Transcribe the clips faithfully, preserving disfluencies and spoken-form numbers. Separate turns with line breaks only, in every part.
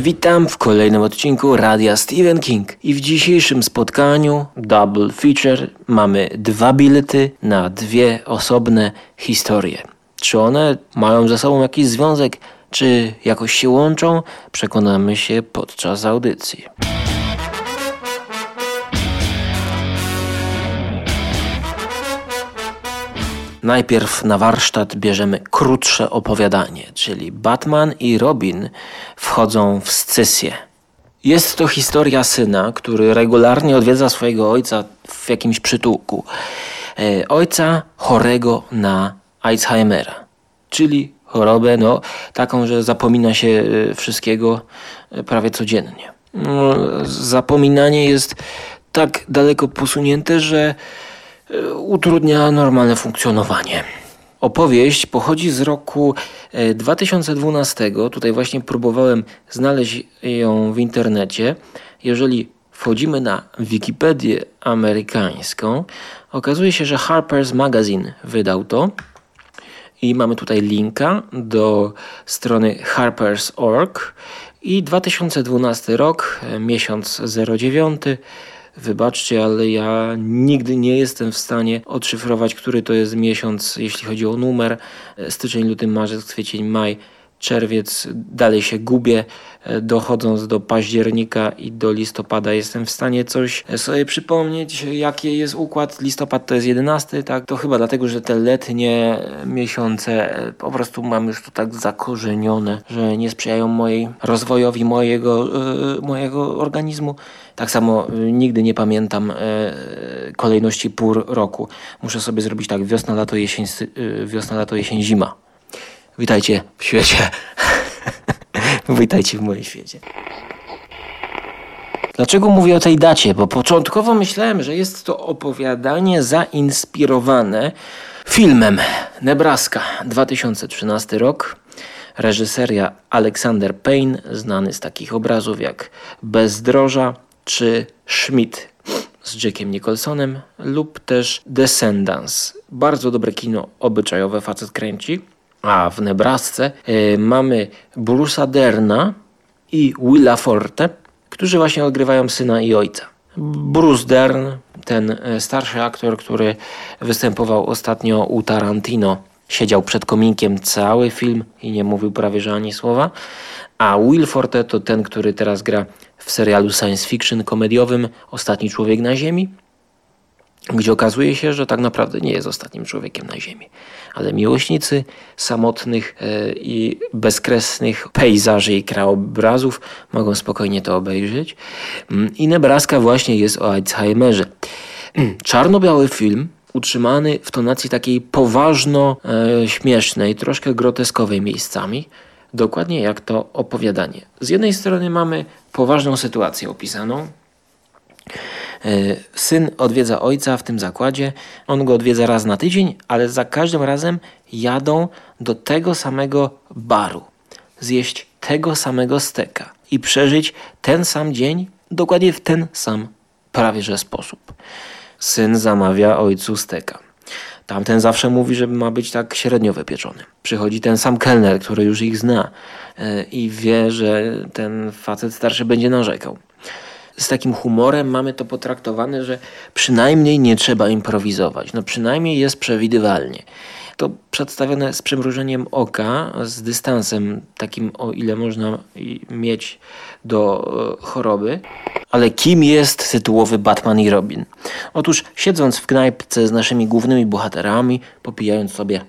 Witam w kolejnym odcinku Radia Stephen King i w dzisiejszym spotkaniu double feature mamy dwa bilety na dwie osobne historie. Czy one mają ze sobą jakiś związek, czy jakoś się łączą? Przekonamy się podczas audycji. Najpierw na warsztat bierzemy krótsze opowiadanie, czyli Batman i Robin wchodzą w scysję. Jest to historia syna, który regularnie odwiedza swojego ojca w jakimś przytułku. E, ojca chorego na Alzheimera, czyli chorobę no, taką, że zapomina się wszystkiego prawie codziennie. No, zapominanie jest tak daleko posunięte, że utrudnia normalne funkcjonowanie. Opowieść pochodzi z roku dwa tysiące dwunastego. Tutaj właśnie próbowałem znaleźć ją w internecie. Jeżeli wchodzimy na Wikipedię amerykańską, okazuje się, że Harper's Magazine wydał to. I mamy tutaj linka do strony harpers kropka org i dwa tysiące dwunasty rok, miesiąc zero dziewięć. Wybaczcie, ale ja nigdy nie jestem w stanie odszyfrować, który to jest miesiąc, jeśli chodzi o numer. Styczeń, luty, marzec, kwiecień, maj, czerwiec. Dalej się gubię. Dochodząc do października i do listopada jestem w stanie coś sobie przypomnieć, jaki jest układ. Listopad to jest jedenasty, tak? To chyba dlatego, że te letnie miesiące po prostu mam już to tak zakorzenione, że nie sprzyjają mojej rozwojowi mojego, yy, mojego organizmu. Tak samo yy, nigdy nie pamiętam yy, kolejności pór roku. Muszę sobie zrobić tak wiosna, lato, jesień, yy, wiosna, lato, jesień, zima. Witajcie w świecie. Witajcie w moim świecie. Dlaczego mówię o tej dacie? Bo początkowo myślałem, że jest to opowiadanie zainspirowane filmem Nebraska, dwa tysiące trzynasty rok. Reżyseria Alexander Payne, znany z takich obrazów jak Bezdroża czy Schmidt z Jackiem Nicholsonem lub też Descendants. Bardzo dobre kino obyczajowe facet kręci. A w Nebrasce y, mamy Bruce'a Derna i Willa Forte, którzy właśnie odgrywają syna i ojca. Bruce Dern, ten starszy aktor, który występował ostatnio u Tarantino, siedział przed kominkiem cały film i nie mówił prawie że ani słowa. A Will Forte to ten, który teraz gra w serialu science fiction komediowym Ostatni człowiek na ziemi, gdzie okazuje się, że tak naprawdę nie jest ostatnim człowiekiem na ziemi. Ale miłośnicy samotnych e, i bezkresnych pejzaży i krajobrazów mogą spokojnie to obejrzeć. I Nebraska właśnie jest o Alzheimerze. Czarno-biały film, utrzymany w tonacji takiej poważno-śmiesznej, troszkę groteskowej miejscami. Dokładnie jak to opowiadanie. Z jednej strony mamy poważną sytuację opisaną. Syn odwiedza ojca w tym zakładzie, on go odwiedza raz na tydzień, ale za każdym razem jadą do tego samego baru, zjeść tego samego steka i przeżyć ten sam dzień dokładnie w ten sam prawie że sposób. Syn zamawia ojcu steka. Tamten zawsze mówi, że ma być tak średnio wypieczony. Przychodzi ten sam kelner, który już ich zna i wie, że ten facet starszy będzie narzekał. Z takim humorem mamy to potraktowane, że przynajmniej nie trzeba improwizować. No przynajmniej jest przewidywalnie. To przedstawione z przymrużeniem oka, z dystansem takim, o ile można mieć do choroby. Ale kim jest tytułowy Batman i Robin? Otóż siedząc w knajpce z naszymi głównymi bohaterami, popijając sobie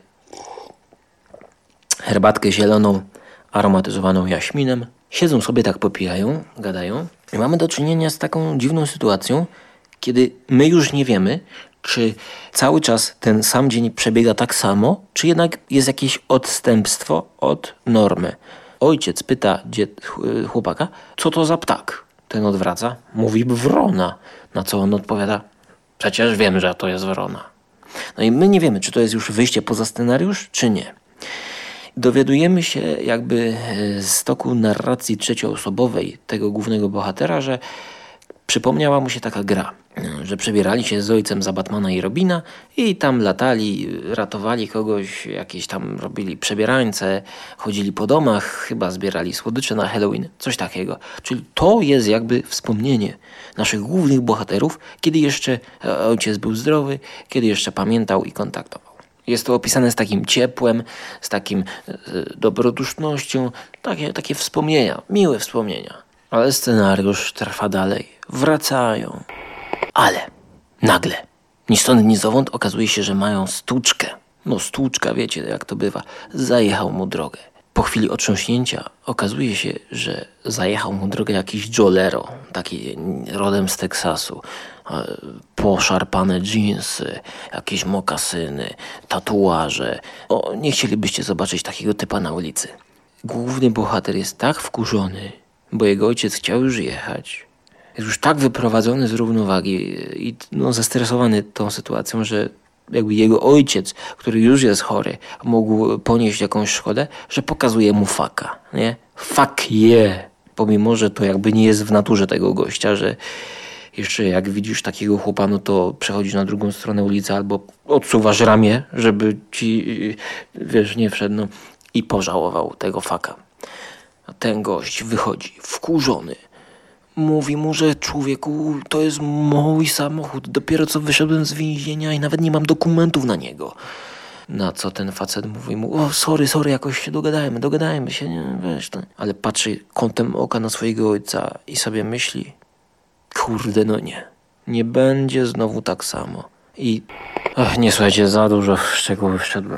herbatkę zieloną, aromatyzowaną jaśminem, siedzą sobie tak, popijają, gadają. I mamy do czynienia z taką dziwną sytuacją, kiedy my już nie wiemy, czy cały czas ten sam dzień przebiega tak samo, czy jednak jest jakieś odstępstwo od normy. Ojciec pyta dzied, chłopaka, co to za ptak? Ten odwraca, mówi wrona, na co on odpowiada, przecież wiem, że to jest wrona. No i my nie wiemy, czy to jest już wyjście poza scenariusz, czy nie. Dowiadujemy się jakby z toku narracji trzecioosobowej tego głównego bohatera, że przypomniała mu się taka gra, że przebierali się z ojcem za Batmana i Robina i tam latali, ratowali kogoś, jakieś tam robili przebierańce, chodzili po domach, chyba zbierali słodycze na Halloween, coś takiego. Czyli to jest jakby wspomnienie naszych głównych bohaterów, kiedy jeszcze ojciec był zdrowy, kiedy jeszcze pamiętał i kontaktował. Jest to opisane z takim ciepłem, z takim e, dobrodusznością, takie, takie wspomnienia, miłe wspomnienia. Ale scenariusz trwa dalej. Wracają. Ale nagle, ni stąd, ni zowąd okazuje się, że mają stłuczkę. No stłuczka, wiecie jak to bywa. Zajechał mu drogę. Po chwili otrząśnięcia okazuje się, że zajechał mu drogę jakiś Jolero, taki rodem z Teksasu. Poszarpane dżinsy, jakieś mokasyny, tatuaże. O, nie chcielibyście zobaczyć takiego typa na ulicy. Główny bohater jest tak wkurzony, bo jego ojciec chciał już jechać. Jest już tak wyprowadzony z równowagi i no, zestresowany tą sytuacją, że jakby jego ojciec, który już jest chory, mógł ponieść jakąś szkodę, że pokazuje mu faka, nie? Fuck yeah! Pomimo, że to jakby nie jest w naturze tego gościa, że jeszcze jak widzisz takiego chłopa, no to przechodzisz na drugą stronę ulicy albo odsuwasz ramię, żeby ci, wiesz, nie wszedł, no, i pożałował tego faka. A ten gość wychodzi wkurzony. Mówi mu, że człowieku, to jest mój samochód. Dopiero co wyszedłem z więzienia i nawet nie mam dokumentów na niego. Na co ten facet mówi mu, o sorry, sorry, jakoś się dogadajmy, dogadajmy się, nie, wiesz. To. Ale patrzy kątem oka na swojego ojca i sobie myśli, kurde, no nie. Nie będzie znowu tak samo. I ach, nie słuchajcie, za dużo w szczegóły wszedłem.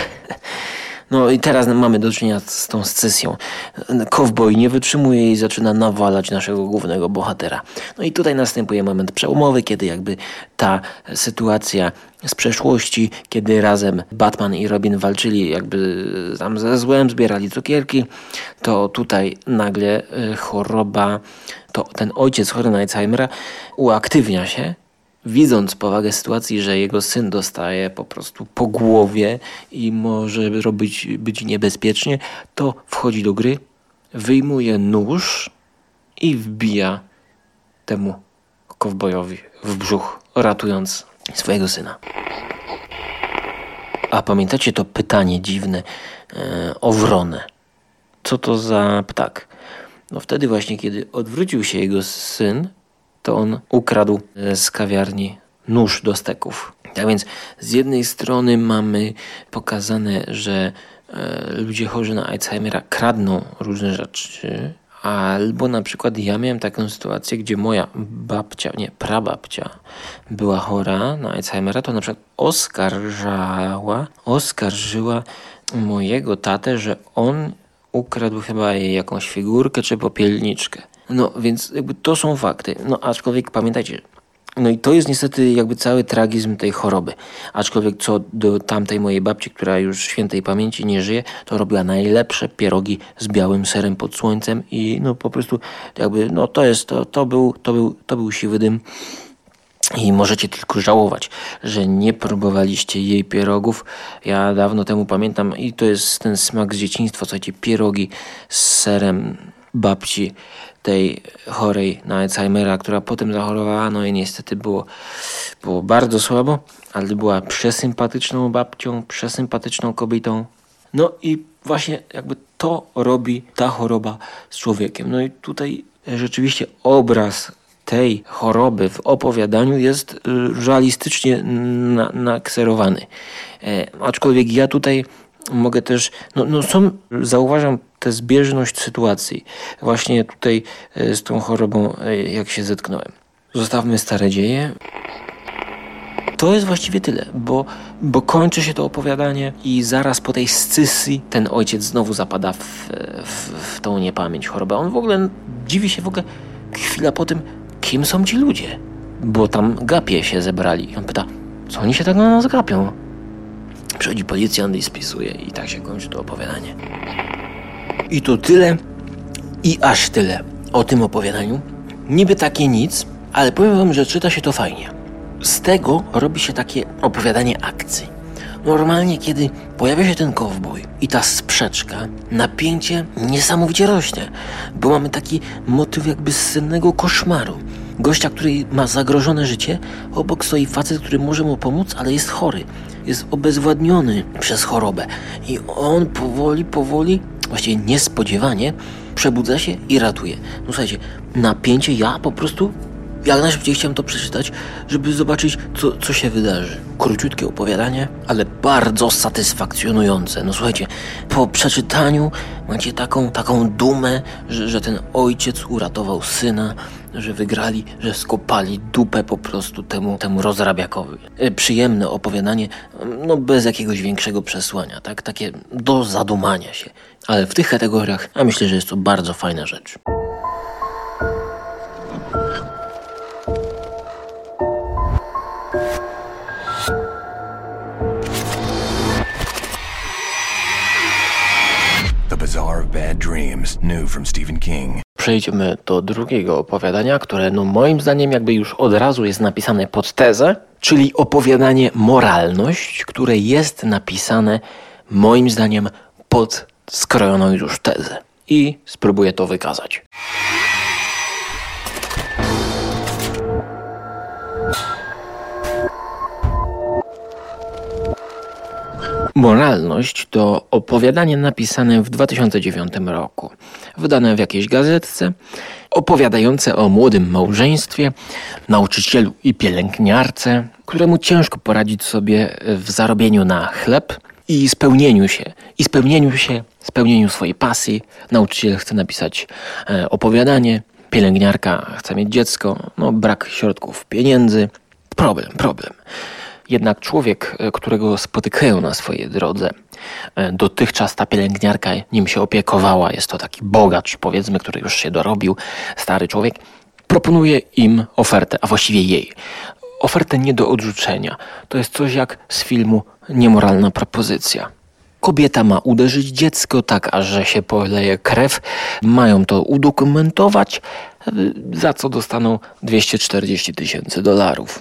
No i teraz mamy do czynienia z tą scysją. Kowboj nie wytrzymuje i zaczyna nawalać naszego głównego bohatera. No i tutaj następuje moment przełomowy, kiedy jakby ta sytuacja z przeszłości, kiedy razem Batman i Robin walczyli jakby tam ze złem, zbierali cukierki, to tutaj nagle choroba, to ten ojciec chory na Alzheimera uaktywnia się, widząc powagę sytuacji, że jego syn dostaje po prostu po głowie i może robić, być niebezpiecznie, to wchodzi do gry, wyjmuje nóż i wbija temu kowbojowi w brzuch, ratując swojego syna. A pamiętacie to pytanie dziwne e, o wronę? Co to za ptak? No wtedy właśnie, kiedy odwrócił się jego syn, to on ukradł z kawiarni nóż do steków. Tak więc z jednej strony mamy pokazane, że e, ludzie chorzy na Alzheimera kradną różne rzeczy, albo na przykład ja miałem taką sytuację, gdzie moja babcia, nie, prababcia była chora na Alzheimera, to na przykład oskarżała, oskarżyła mojego tatę, że on ukradł chyba jej jakąś figurkę czy popielniczkę. No więc jakby to są fakty. No aczkolwiek pamiętajcie, no i to jest niestety jakby cały tragizm tej choroby. Aczkolwiek co do tamtej mojej babci, która już świętej pamięci nie żyje, to robiła najlepsze pierogi z białym serem pod słońcem i no po prostu jakby no to jest, to, to był, to był, to był siwy dym. I możecie tylko żałować, że nie próbowaliście jej pierogów. Ja dawno temu pamiętam i to jest ten smak z dzieciństwa, słuchajcie, pierogi z serem babci tej chorej na Alzheimera, która potem zachorowała, no i niestety było, było bardzo słabo, ale była przesympatyczną babcią, przesympatyczną kobietą. No i właśnie jakby to robi ta choroba z człowiekiem. No i tutaj rzeczywiście obraz tej choroby w opowiadaniu jest realistycznie na, nakserowany. E, aczkolwiek ja tutaj mogę też, no, no są, zauważam tę zbieżność sytuacji właśnie tutaj e, z tą chorobą, e, jak się zetknąłem. Zostawmy stare dzieje. To jest właściwie tyle, bo, bo kończy się to opowiadanie i zaraz po tej scysji ten ojciec znowu zapada w, w, w tą niepamięć, chorobę. On w ogóle dziwi się w ogóle chwila po tym, kim są ci ludzie, bo tam gapie się zebrali. I on pyta, co oni się tak na nas gapią? Przychodzi policjant i spisuje i tak się kończy to opowiadanie. I to tyle i aż tyle o tym opowiadaniu. Niby takie nic, ale powiem wam, że czyta się to fajnie. Z tego robi się takie opowiadanie akcji. Normalnie, kiedy pojawia się ten kowboj i ta sprzeczka, napięcie niesamowicie rośnie, bo mamy taki motyw jakby z sennego koszmaru. gościa, który ma zagrożone życie. Obok stoi facet, który może mu pomóc, ale jest chory. Jest obezwładniony przez chorobę. I on powoli, powoli, właściwie niespodziewanie przebudza się i ratuje. No słuchajcie, napięcie, ja po prostu jak najszybciej chciałem to przeczytać, żeby zobaczyć, co, co się wydarzy. Króciutkie opowiadanie, ale bardzo satysfakcjonujące. No słuchajcie, po przeczytaniu macie taką, taką dumę, że, że ten ojciec uratował syna, że wygrali, że skopali dupę po prostu temu, temu rozrabiakowi. E, przyjemne opowiadanie, no bez jakiegoś większego przesłania, tak? Takie do zadumania się. Ale w tych kategoriach, a myślę, że jest to bardzo fajna rzecz.
The Bazaar of Bad Dreams, new from Stephen King.
Przejdźmy do drugiego opowiadania, które no moim zdaniem jakby już od razu jest napisane pod tezę, czyli opowiadanie Moralność, które jest napisane moim zdaniem pod skrojoną już tezę. I spróbuję to wykazać. Moralność to opowiadanie napisane w dwa tysiące dziewiątym roku, wydane w jakiejś gazetce, opowiadające o młodym małżeństwie, nauczycielu i pielęgniarce, któremu ciężko poradzić sobie w zarobieniu na chleb i spełnieniu się, i spełnieniu się, spełnieniu swojej pasji. Nauczyciel chce napisać e, opowiadanie, pielęgniarka chce mieć dziecko, no brak środków, pieniędzy, problem, problem. Jednak człowiek, którego spotykają na swojej drodze, dotychczas ta pielęgniarka nim się opiekowała, jest to taki bogacz, powiedzmy, który już się dorobił, stary człowiek, proponuje im ofertę, a właściwie jej. Ofertę nie do odrzucenia. To jest coś jak z filmu Niemoralna propozycja. Kobieta ma uderzyć dziecko tak, aż że się poleje krew. Mają to udokumentować, za co dostaną dwieście czterdzieści tysięcy dolarów.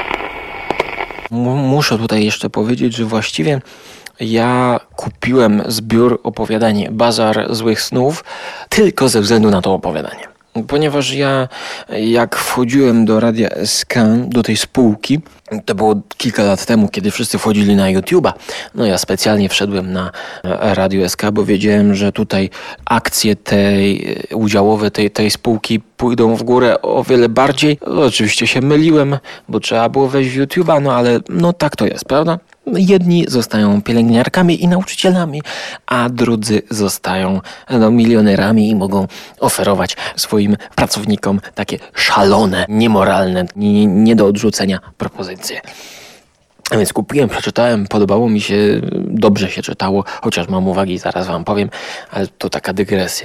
Muszę tutaj jeszcze powiedzieć, że właściwie ja kupiłem zbiór opowiadań Bazar Złych Snów tylko ze względu na to opowiadanie. Ponieważ ja, jak wchodziłem do Radia S K, do tej spółki, to było kilka lat temu, kiedy wszyscy wchodzili na YouTube'a. No ja specjalnie wszedłem na Radio S K, bo wiedziałem, że tutaj akcje tej udziałowe tej, tej spółki pójdą w górę o wiele bardziej. Oczywiście się myliłem, bo trzeba było wejść w YouTube'a, no ale no tak to jest, prawda? Jedni zostają pielęgniarkami i nauczycielami, a drudzy zostają no, milionerami i mogą oferować swoim pracownikom takie szalone, niemoralne, nie, nie do odrzucenia propozycje. A więc kupiłem, przeczytałem, podobało mi się, dobrze się czytało, chociaż mam uwagi, zaraz wam powiem, ale to taka dygresja.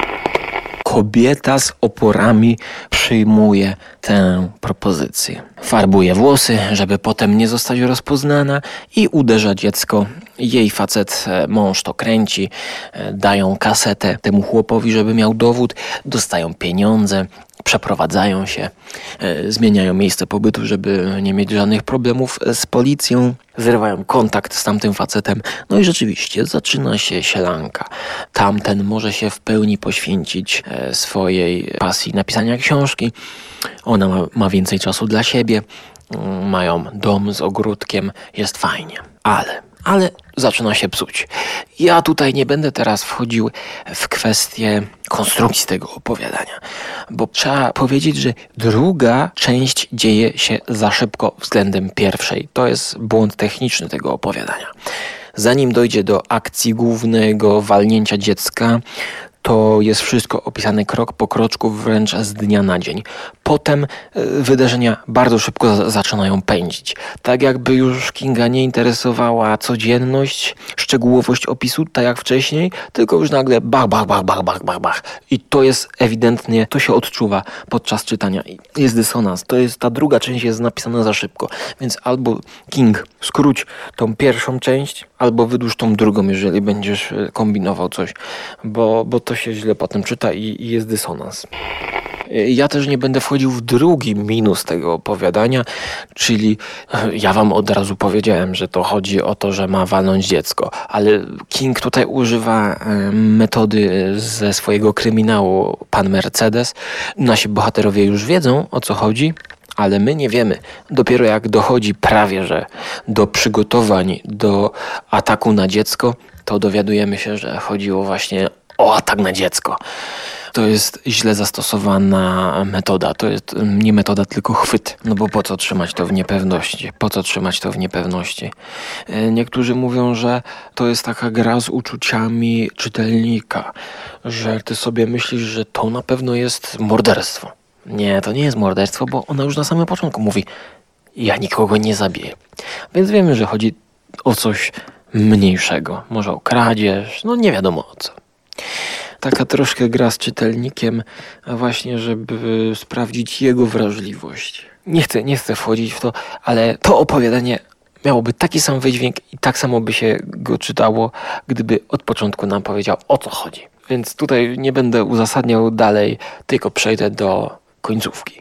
Kobieta z oporami przyjmuje tę propozycję. Farbuje włosy, żeby potem nie zostać rozpoznana i uderza dziecko. Jej facet, mąż to kręci, dają kasetę temu chłopowi, żeby miał dowód, dostają pieniądze, przeprowadzają się, zmieniają miejsce pobytu, żeby nie mieć żadnych problemów z policją, zrywają kontakt z tamtym facetem. No i rzeczywiście zaczyna się sielanka. Tamten może się w pełni poświęcić swojej pasji napisania książki. Ona ma, ma więcej czasu dla siebie. Mają dom z ogródkiem. Jest fajnie. Ale... ale zaczyna się psuć. Ja tutaj nie będę teraz wchodził w kwestię konstrukcji tego opowiadania, bo trzeba powiedzieć, że druga część dzieje się za szybko względem pierwszej. To jest błąd techniczny tego opowiadania. Zanim dojdzie do akcji głównego walnięcia dziecka, to jest wszystko opisane krok po kroczku, wręcz z dnia na dzień. Potem wydarzenia bardzo szybko zaczynają pędzić. Tak jakby już Kinga nie interesowała codzienność, szczegółowość opisu, tak jak wcześniej, tylko już nagle bach, bach, bach, bach, bach, bach, bach. I to jest ewidentnie, to się odczuwa podczas czytania. Jest dysonans. To jest, ta druga część jest napisana za szybko. Więc albo King, skróć tą pierwszą część, albo wydłuż tą drugą, jeżeli będziesz kombinował coś, bo, bo to się źle potem czyta i, i jest dysonans. Ja też nie będę wchodził w drugi minus tego opowiadania, czyli ja wam od razu powiedziałem, że to chodzi o to, że ma walnąć dziecko, ale King tutaj używa metody ze swojego kryminału Pan Mercedes. Nasi bohaterowie już wiedzą, o co chodzi, ale my nie wiemy. Dopiero jak dochodzi prawie że do przygotowań do ataku na dziecko, to dowiadujemy się, że chodziło właśnie o atak na dziecko. To jest źle zastosowana metoda. To jest nie metoda, tylko chwyt. No bo po co trzymać to w niepewności? Po co trzymać to w niepewności? Niektórzy mówią, że to jest taka gra z uczuciami czytelnika, że ty sobie myślisz, że to na pewno jest morderstwo. Nie, to nie jest morderstwo, bo ona już na samym początku mówi: ja nikogo nie zabiję. Więc wiemy, że chodzi o coś mniejszego. Może o kradzież, no nie wiadomo o co. Taka troszkę gra z czytelnikiem, a właśnie, żeby sprawdzić jego wrażliwość. Nie chcę, nie chcę wchodzić w to, ale to opowiadanie miałoby taki sam wydźwięk i tak samo by się go czytało, gdyby od początku nam powiedział, o co chodzi. Więc tutaj nie będę uzasadniał dalej, tylko przejdę do końcówki.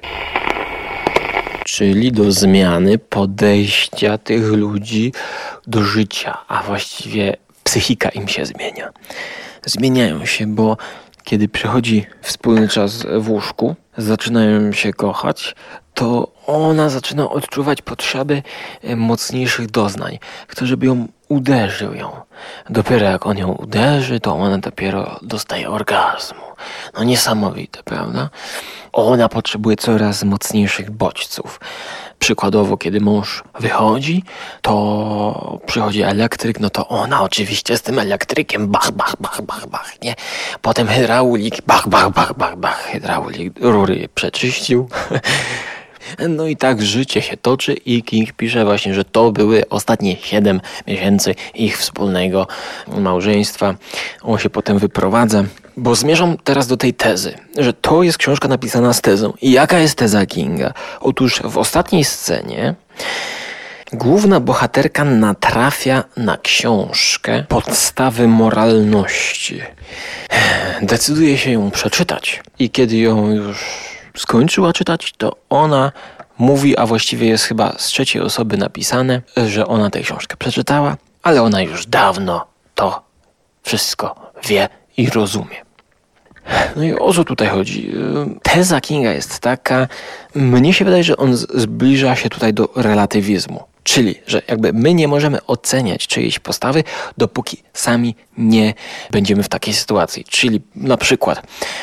Czyli do zmiany podejścia tych ludzi do życia, a właściwie psychika im się zmienia. Zmieniają się, bo kiedy przychodzi wspólny czas w łóżku, zaczynają się kochać, to ona zaczyna odczuwać potrzeby mocniejszych doznań. Chce, żeby ją uderzył ją. Dopiero jak on ją uderzy, to ona dopiero dostaje orgazmu. No niesamowite, prawda? Ona potrzebuje coraz mocniejszych bodźców. Przykładowo, kiedy mąż wychodzi, to przychodzi elektryk, no to ona oczywiście z tym elektrykiem bach, bach, bach, bach, bach, nie? Potem hydraulik, bach, bach, bach, bach, bach, hydraulik rury przeczyścił. No i tak życie się toczy i King pisze właśnie, że to były ostatnie siedem miesięcy ich wspólnego małżeństwa. On się potem wyprowadza, bo zmierzam teraz do tej tezy, że to jest książka napisana z tezą. I jaka jest teza Kinga? Otóż w ostatniej scenie główna bohaterka natrafia na książkę Podstawy moralności. Decyduje się ją przeczytać i kiedy ją już skończyła czytać, to ona mówi, a właściwie jest chyba z trzeciej osoby napisane, że ona tę książkę przeczytała, ale ona już dawno to wszystko wie i rozumie. No i o co tutaj chodzi? Teza Kinga jest taka, mnie się wydaje, że on zbliża się tutaj do relatywizmu. Czyli, że jakby my nie możemy oceniać czyjejś postawy, dopóki sami nie będziemy w takiej sytuacji. Czyli na przykład,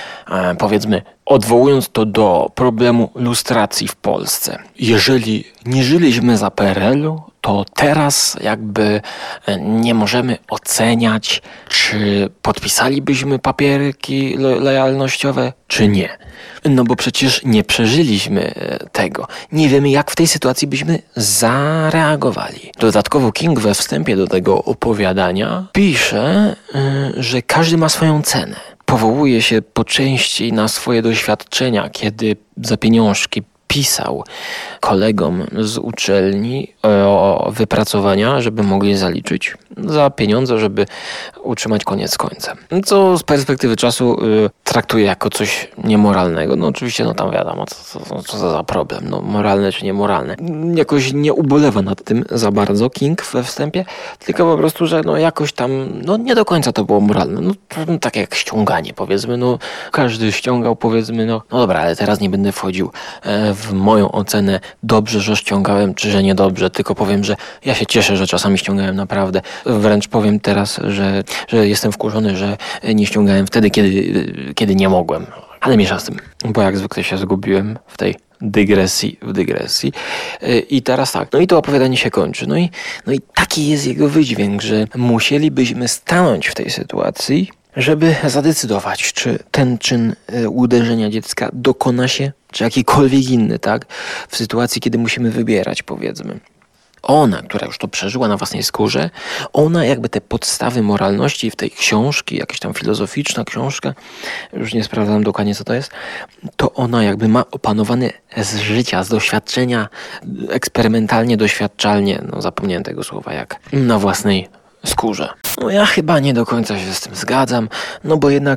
e, powiedzmy, odwołując to do problemu lustracji w Polsce. Jeżeli nie żyliśmy za P R L u, to teraz jakby nie możemy oceniać, czy podpisalibyśmy papierki lo- lojalnościowe, czy nie. No bo przecież nie przeżyliśmy tego. Nie wiemy, jak w tej sytuacji byśmy zareagowali. Dodatkowo King we wstępie do tego opowiadania pisze, że każdy ma swoją cenę. Powołuje się po części na swoje doświadczenia, kiedy za pieniążki pisał kolegom z uczelni o wypracowania, żeby mogli zaliczyć za pieniądze, żeby utrzymać koniec końcem. Co z perspektywy czasu y, traktuje jako coś niemoralnego. No oczywiście, no tam wiadomo, co, co, co za problem, no moralne czy niemoralne. Jakoś nie ubolewa nad tym za bardzo King we wstępie, tylko po prostu, że no jakoś tam, no nie do końca to było moralne. No to, tak jak ściąganie, powiedzmy, no każdy ściągał, powiedzmy, no, no dobra, ale teraz nie będę wchodził e, w moją ocenę, dobrze, że ściągałem, czy że niedobrze, tylko powiem, że ja się cieszę, że czasami ściągałem naprawdę. Wręcz powiem teraz, że, że jestem wkurzony, że nie ściągałem wtedy, kiedy, kiedy nie mogłem. Ale miesza z tym, bo jak zwykle się zgubiłem w tej dygresji, w dygresji. I teraz tak, no i to opowiadanie się kończy. No i, no i taki jest jego wydźwięk, że musielibyśmy stanąć w tej sytuacji, żeby zadecydować, czy ten czyn uderzenia dziecka dokona się, czy jakikolwiek inny, tak? W sytuacji, kiedy musimy wybierać, powiedzmy. Ona, która już to przeżyła na własnej skórze, ona jakby te podstawy moralności w tej książki, jakaś tam filozoficzna książka, już nie sprawdzam dokładnie co to jest, to ona jakby ma opanowane z życia, z doświadczenia, eksperymentalnie, doświadczalnie, no zapomniałem tego słowa, jak na własnej skórze. No ja chyba nie do końca się z tym zgadzam, no bo jednak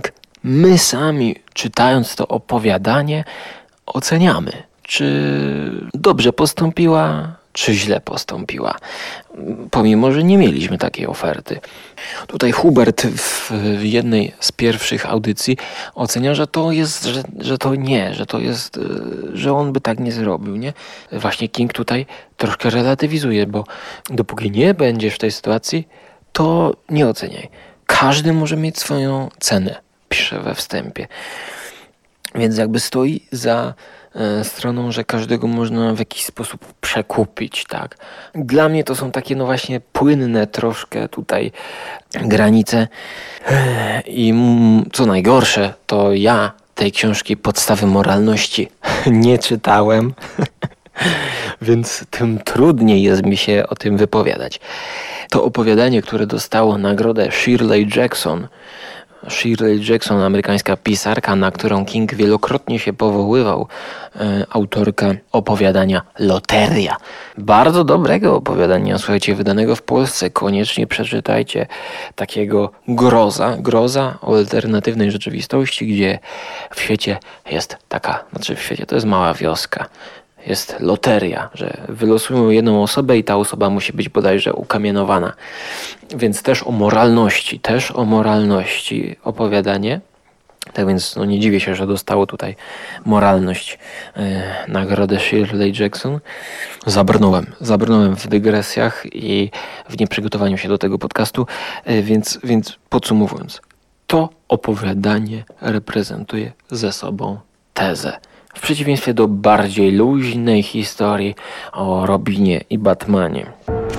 my sami, czytając to opowiadanie, oceniamy, czy dobrze postąpiła, czy źle postąpiła, pomimo że nie mieliśmy takiej oferty. Tutaj Hubert w jednej z pierwszych audycji ocenia, że to jest, że, że to nie, że to jest, że on by tak nie zrobił, nie? Właśnie King tutaj troszkę relatywizuje, bo dopóki nie będziesz w tej sytuacji, to nie oceniaj. Każdy może mieć swoją cenę, pisze we wstępie. Więc jakby stoi za stroną, że każdego można w jakiś sposób przekupić, tak. Dla mnie to są takie no właśnie płynne troszkę tutaj granice i co najgorsze, to ja tej książki Podstawy moralności nie czytałem, więc tym trudniej jest mi się o tym wypowiadać. To opowiadanie, które dostało nagrodę Shirley Jackson, Shirley Jackson, amerykańska pisarka, na którą King wielokrotnie się powoływał, e, autorka opowiadania Loteria. Bardzo dobrego opowiadania, słuchajcie, wydanego w Polsce. Koniecznie przeczytajcie takiego groza, groza o alternatywnej rzeczywistości, gdzie w świecie jest taka, znaczy w świecie to jest mała wioska. Jest loteria, że wylosują jedną osobę i ta osoba musi być bodajże ukamienowana. Więc też o moralności, też o moralności opowiadanie. Tak więc no nie dziwię się, że dostało tutaj moralność e, nagrodę Shirley Jackson. Zabrnąłem, zabrnąłem w dygresjach i w nieprzygotowaniu się do tego podcastu, e, więc, więc podsumowując, to opowiadanie reprezentuje ze sobą tezę. W przeciwieństwie do bardziej luźnej historii o Robinie i Batmanie.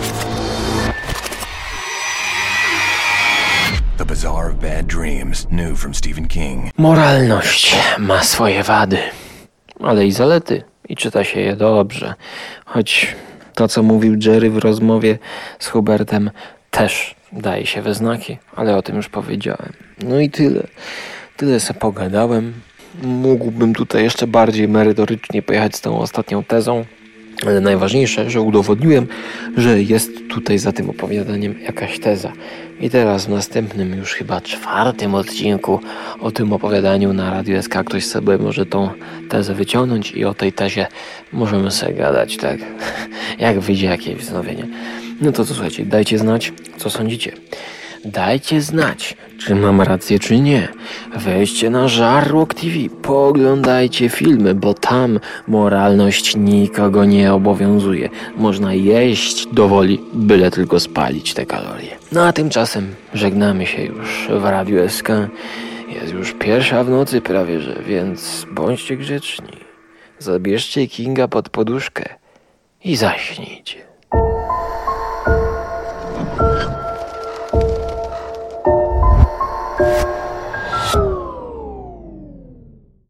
The Bazaar of Bad Dreams, new from Stephen King.
Moralność ma swoje wady, ale i zalety i czyta się je dobrze. Choć to, co mówił Jerry w rozmowie z Hubertem, też daje się we znaki, ale o tym już powiedziałem. No i tyle. Tyle se pogadałem. Mógłbym tutaj jeszcze bardziej merytorycznie pojechać z tą ostatnią tezą, ale najważniejsze, że udowodniłem, że jest tutaj za tym opowiadaniem jakaś teza. I teraz w następnym, już chyba czwartym odcinku o tym opowiadaniu na Radiu S K ktoś sobie może tą tezę wyciągnąć i o tej tezie możemy sobie gadać, tak? Jak wyjdzie jakieś wznowienie. No to co, słuchajcie, dajcie znać, co sądzicie. Dajcie znać, czy mam rację, czy nie. Wejdźcie na Żarłok T V, pooglądajcie filmy, bo tam moralność nikogo nie obowiązuje. Można jeść do woli, byle tylko spalić te kalorie. No a tymczasem żegnamy się już w Radiu S K. Jest już pierwsza w nocy prawie, że, więc bądźcie grzeczni. Zabierzcie Kinga pod poduszkę i zaśnijcie.